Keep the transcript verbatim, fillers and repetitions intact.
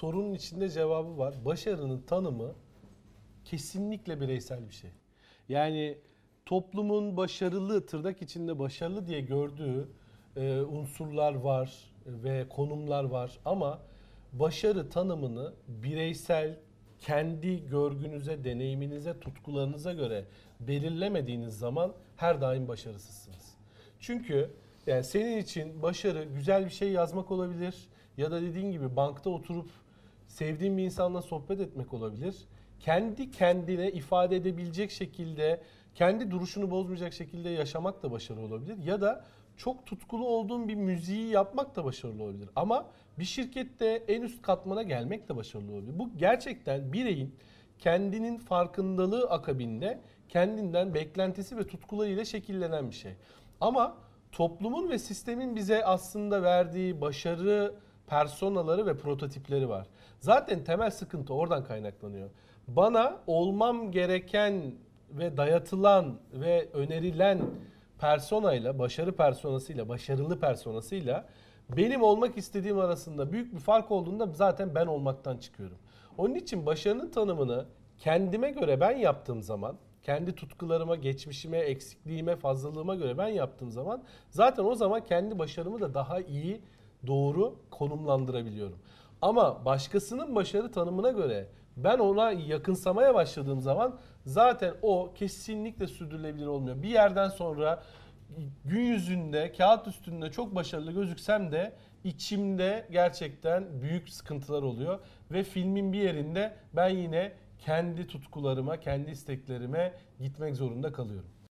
sorunun içinde cevabı var. Başarının tanımı kesinlikle bireysel bir şey. Yani toplumun başarılı, tırnak içinde başarılı diye gördüğü e, unsurlar var ve konumlar var ama başarı tanımını bireysel, kendi görgünüze, deneyiminize, tutkularınıza göre belirlemediğiniz zaman her daim başarısızsınız. Çünkü yani senin için başarı güzel bir şey yazmak olabilir ya da dediğin gibi bankta oturup sevdiğin bir insanla sohbet etmek olabilir. Kendi kendine ifade edebilecek şekilde, kendi duruşunu bozmayacak şekilde yaşamak da başarı olabilir. Ya da çok tutkulu olduğun bir müziği yapmak da başarılı olabilir. Ama bir şirkette en üst katmana gelmek de başarılı olabilir. Bu gerçekten bireyin kendinin farkındalığı akabinde kendinden beklentisi ve tutkularıyla şekillenen bir şey. Ama toplumun ve sistemin bize aslında verdiği başarı personaları ve prototipleri var. Zaten temel sıkıntı oradan kaynaklanıyor. Bana olmam gereken ve dayatılan ve önerilen personayla, başarı personasıyla, başarılı personasıyla benim olmak istediğim arasında büyük bir fark olduğunda zaten ben olmaktan çıkıyorum. Onun için başarının tanımını kendime göre ben yaptığım zaman, kendi tutkularıma, geçmişime, eksikliğime, fazlalığıma göre ben yaptığım zaman zaten o zaman kendi başarımı da daha iyi, doğru konumlandırabiliyorum. Ama başkasının başarı tanımına göre ben ona yakınsamaya başladığım zaman zaten o kesinlikle sürdürülebilir olmuyor. Bir yerden sonra gün yüzünde, kağıt üstünde çok başarılı gözüksem de içimde gerçekten büyük sıkıntılar oluyor. Ve filmin bir yerinde ben yine kendi tutkularıma, kendi isteklerime gitmek zorunda kalıyorum.